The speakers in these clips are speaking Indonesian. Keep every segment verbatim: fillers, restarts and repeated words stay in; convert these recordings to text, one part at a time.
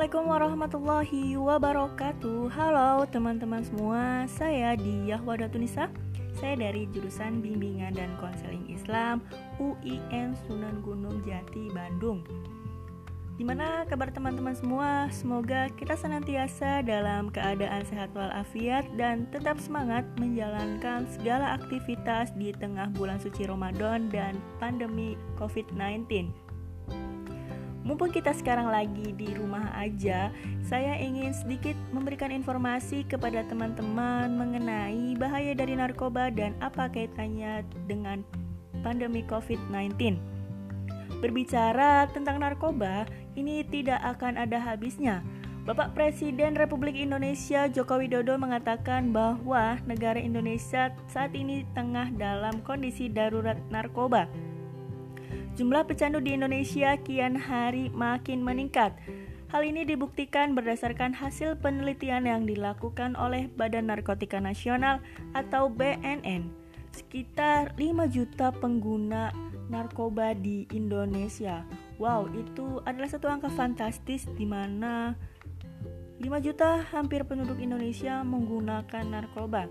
Assalamualaikum warahmatullahi wabarakatuh. Halo teman-teman semua, saya Diah Wadatunisa. Saya dari jurusan Bimbingan dan Konseling Islam U I N Sunan Gunung Jati, Bandung. Gimana kabar teman-teman semua? Semoga kita senantiasa dalam keadaan sehat walafiat dan tetap semangat menjalankan segala aktivitas di tengah bulan suci Ramadan dan pandemi covid sembilan belas. Mumpung kita sekarang lagi di rumah aja, saya ingin sedikit memberikan informasi kepada teman-teman mengenai bahaya dari narkoba dan apa kaitannya dengan pandemi covid sembilan belas. Berbicara tentang narkoba, ini tidak akan ada habisnya. Bapak Presiden Republik Indonesia Joko Widodo mengatakan bahwa negara Indonesia saat ini tengah dalam kondisi darurat narkoba. Jumlah pecandu di Indonesia kian hari makin meningkat. Hal ini dibuktikan berdasarkan hasil penelitian yang dilakukan oleh Badan Narkotika Nasional atau B N N. Sekitar lima juta pengguna narkoba di Indonesia. Wow, itu adalah satu angka fantastis di mana lima juta hampir penduduk Indonesia menggunakan narkoba.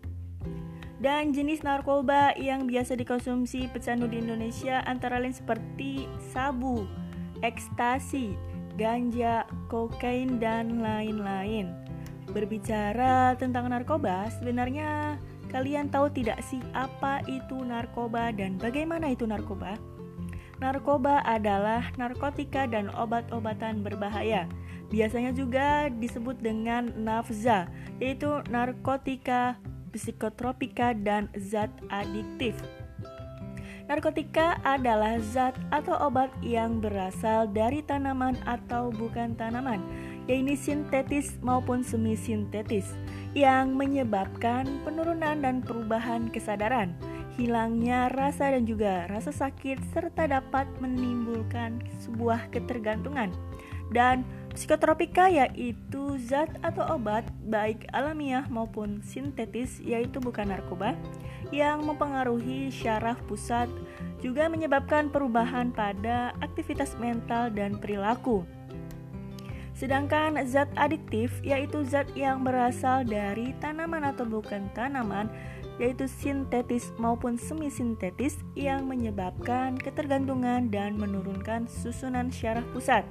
Dan jenis narkoba yang biasa dikonsumsi pecandu di Indonesia antara lain seperti sabu, ekstasi, ganja, kokain, dan lain-lain. Berbicara tentang narkoba, sebenarnya kalian tahu tidak sih apa itu narkoba dan bagaimana itu narkoba? Narkoba adalah narkotika dan obat-obatan berbahaya. Biasanya juga disebut dengan nafza, yaitu narkotika, psikotropika, dan zat adiktif. Narkotika adalah zat atau obat yang berasal dari tanaman atau bukan tanaman, yaitu sintetis maupun semi-sintetis, yang menyebabkan penurunan dan perubahan kesadaran, hilangnya rasa dan juga rasa sakit, serta dapat menimbulkan sebuah ketergantungan. Dan psikotropika yaitu zat atau obat baik alamiah maupun sintetis, yaitu bukan narkoba, yang mempengaruhi syaraf pusat, juga menyebabkan perubahan pada aktivitas mental dan perilaku. Sedangkan zat adiktif yaitu zat yang berasal dari tanaman atau bukan tanaman, yaitu sintetis maupun semi-sintetis, yang menyebabkan ketergantungan dan menurunkan susunan syaraf pusat.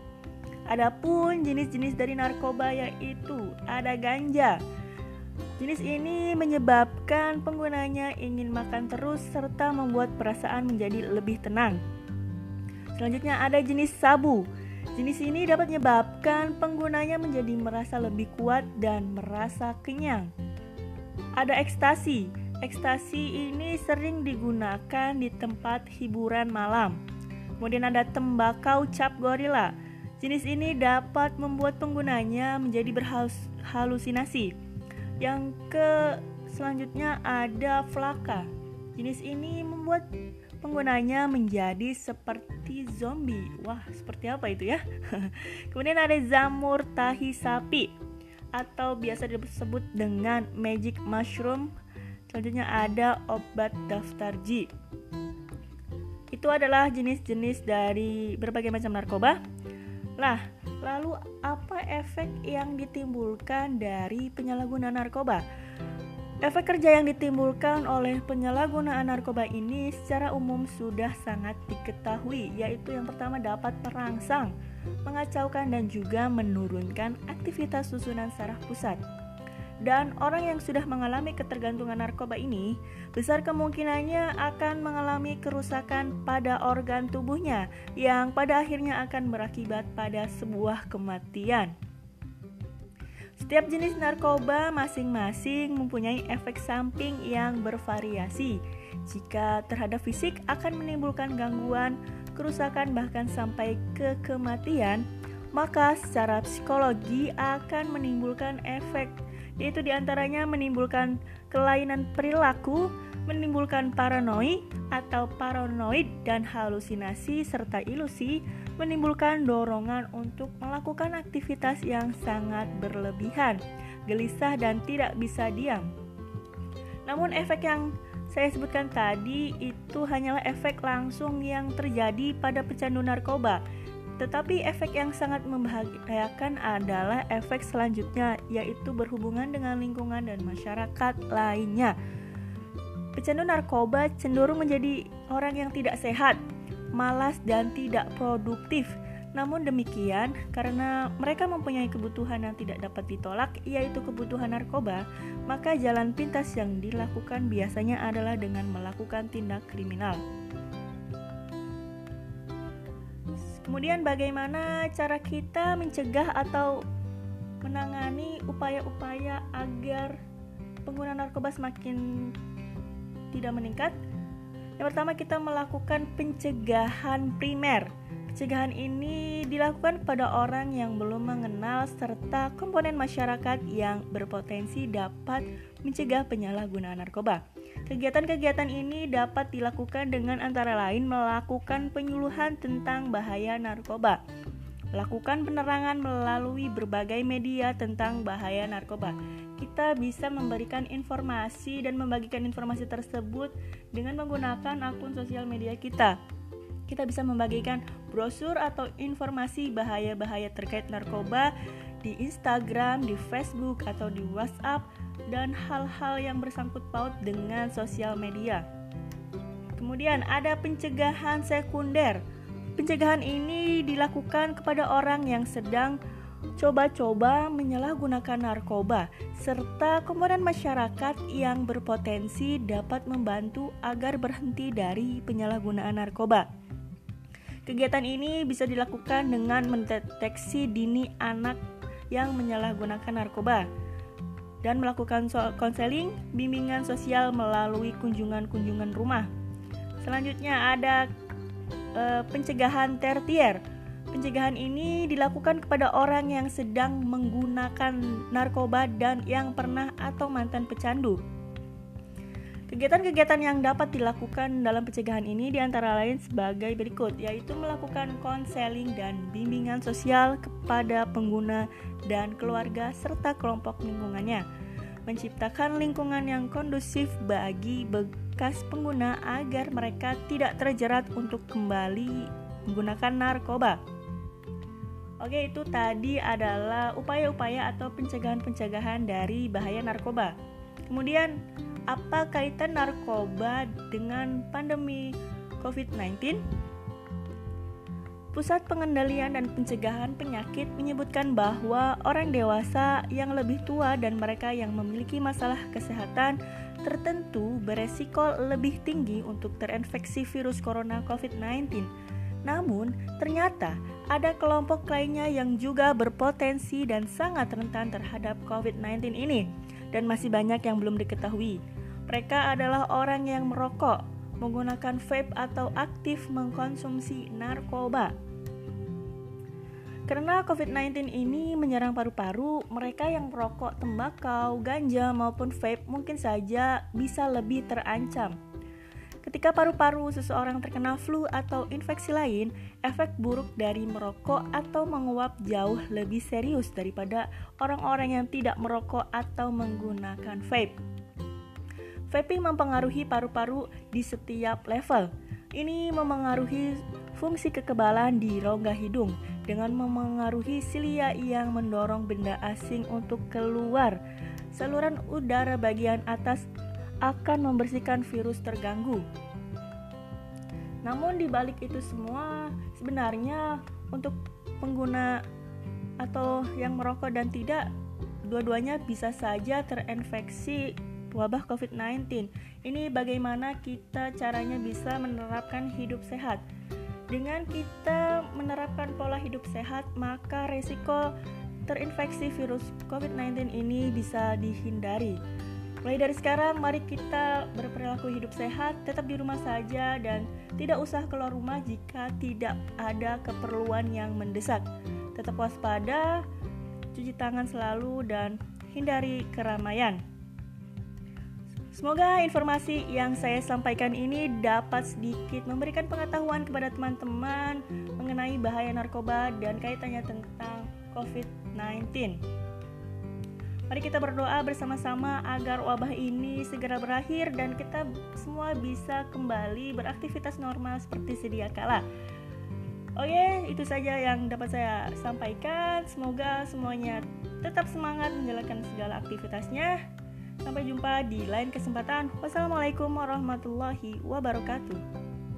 Adapun jenis-jenis dari narkoba yaitu ada ganja. Jenis ini menyebabkan penggunanya ingin makan terus serta membuat perasaan menjadi lebih tenang. Selanjutnya ada jenis sabu. Jenis ini dapat menyebabkan penggunanya menjadi merasa lebih kuat dan merasa kenyang. Ada ekstasi. Ekstasi ini sering digunakan di tempat hiburan malam. Kemudian ada tembakau cap gorila. Jenis ini dapat membuat penggunanya menjadi berhalusinasi. Yang ke selanjutnya ada flaka. Jenis ini membuat penggunanya menjadi seperti zombie. Wah, seperti apa itu ya? Kemudian ada jamur tahi sapi atau biasa disebut dengan magic mushroom. Selanjutnya ada obat daftar G. Itu adalah jenis-jenis dari berbagai macam narkoba. Lah, lalu apa efek yang ditimbulkan dari penyalahgunaan narkoba? Efek kerja yang ditimbulkan oleh penyalahgunaan narkoba ini secara umum sudah sangat diketahui, yaitu yang pertama dapat merangsang, mengacaukan, dan juga menurunkan aktivitas susunan saraf pusat. Dan orang yang sudah mengalami ketergantungan narkoba ini besar kemungkinannya akan mengalami kerusakan pada organ tubuhnya yang pada akhirnya akan berakibat pada sebuah kematian. Setiap jenis narkoba masing-masing mempunyai efek samping yang bervariasi. Jika terhadap fisik akan menimbulkan gangguan, kerusakan, bahkan sampai ke kematian, maka secara psikologi akan menimbulkan efek, yaitu diantaranya menimbulkan kelainan perilaku, menimbulkan paranoid atau paranoid dan halusinasi, serta ilusi, menimbulkan dorongan untuk melakukan aktivitas yang sangat berlebihan, gelisah, dan tidak bisa diam. Namun efek yang saya sebutkan tadi itu hanyalah efek langsung yang terjadi pada pecandu narkoba. Tetapi efek yang sangat membahayakan adalah efek selanjutnya, yaitu berhubungan dengan lingkungan dan masyarakat lainnya. Pecandu narkoba cenderung menjadi orang yang tidak sehat, malas dan tidak produktif. Namun demikian, karena mereka mempunyai kebutuhan yang tidak dapat ditolak, yaitu kebutuhan narkoba, maka jalan pintas yang dilakukan biasanya adalah dengan melakukan tindak kriminal. Kemudian bagaimana cara kita mencegah atau menangani upaya-upaya agar pengguna narkoba semakin tidak meningkat? Yang pertama, kita melakukan pencegahan primer. Pencegahan ini dilakukan pada orang yang belum mengenal serta komponen masyarakat yang berpotensi dapat mencegah penyalahgunaan narkoba. Kegiatan-kegiatan ini dapat dilakukan dengan antara lain melakukan penyuluhan tentang bahaya narkoba, melakukan penerangan melalui berbagai media tentang bahaya narkoba. Kita bisa memberikan informasi dan membagikan informasi tersebut dengan menggunakan akun sosial media kita. Kita bisa membagikan brosur atau informasi bahaya-bahaya terkait narkoba di Instagram, di Facebook, atau di WhatsApp, dan hal-hal yang bersangkut paut dengan sosial media. Kemudian ada pencegahan sekunder. Pencegahan ini dilakukan kepada orang yang sedang coba-coba menyalahgunakan narkoba, serta komponen masyarakat yang berpotensi dapat membantu agar berhenti dari penyalahgunaan narkoba. Kegiatan ini bisa dilakukan dengan mendeteksi dini anak yang menyalahgunakan narkoba dan melakukan konseling, bimbingan sosial melalui kunjungan-kunjungan rumah. Selanjutnya ada e, pencegahan tertier. Pencegahan ini dilakukan kepada orang yang sedang menggunakan narkoba dan yang pernah atau mantan pecandu. Kegiatan-kegiatan yang dapat dilakukan dalam pencegahan ini diantara lain sebagai berikut, yaitu melakukan konseling dan bimbingan sosial kepada pengguna dan keluarga serta kelompok lingkungannya, menciptakan lingkungan yang kondusif bagi bekas pengguna agar mereka tidak terjerat untuk kembali menggunakan narkoba. Oke, itu tadi adalah upaya-upaya atau pencegahan-pencegahan dari bahaya narkoba. Kemudian, apa kaitan narkoba dengan pandemi covid sembilan belas? Pusat Pengendalian dan Pencegahan Penyakit menyebutkan bahwa orang dewasa yang lebih tua dan mereka yang memiliki masalah kesehatan tertentu beresiko lebih tinggi untuk terinfeksi virus corona covid sembilan belas. Namun, ternyata ada kelompok lainnya yang juga berpotensi dan sangat rentan terhadap covid sembilan belas ini, dan masih banyak yang belum diketahui. Mereka adalah orang yang merokok, menggunakan vape atau aktif mengkonsumsi narkoba. Karena covid sembilan belas ini menyerang paru-paru, mereka yang merokok tembakau, ganja maupun vape mungkin saja bisa lebih terancam. Ketika paru-paru seseorang terkena flu atau infeksi lain, efek buruk dari merokok atau menguap jauh lebih serius daripada orang-orang yang tidak merokok atau menggunakan vape. Vaping mempengaruhi paru-paru di setiap level. Ini memengaruhi fungsi kekebalan di rongga hidung dengan memengaruhi silia yang mendorong benda asing untuk keluar. Saluran udara bagian atas akan membersihkan virus terganggu. Namun di balik itu semua, sebenarnya untuk pengguna atau yang merokok dan tidak, dua-duanya bisa saja terinfeksi wabah covid sembilan belas. Ini bagaimana kita caranya bisa menerapkan hidup sehat. Dengan kita menerapkan pola hidup sehat, maka resiko terinfeksi virus covid sembilan belas ini bisa dihindari. Mulai dari sekarang, mari kita berperilaku hidup sehat, tetap di rumah saja dan tidak usah keluar rumah jika tidak ada keperluan yang mendesak. Tetap waspada, cuci tangan selalu dan hindari keramaian. Semoga informasi yang saya sampaikan ini dapat sedikit memberikan pengetahuan kepada teman-teman mengenai bahaya narkoba dan kaitannya tentang covid sembilan belas. Mari kita berdoa bersama-sama agar wabah ini segera berakhir dan kita semua bisa kembali beraktivitas normal seperti sedia kala. Oke, itu saja yang dapat saya sampaikan. Semoga semuanya tetap semangat menjalankan segala aktivitasnya. Sampai jumpa di lain kesempatan. Wassalamualaikum warahmatullahi wabarakatuh.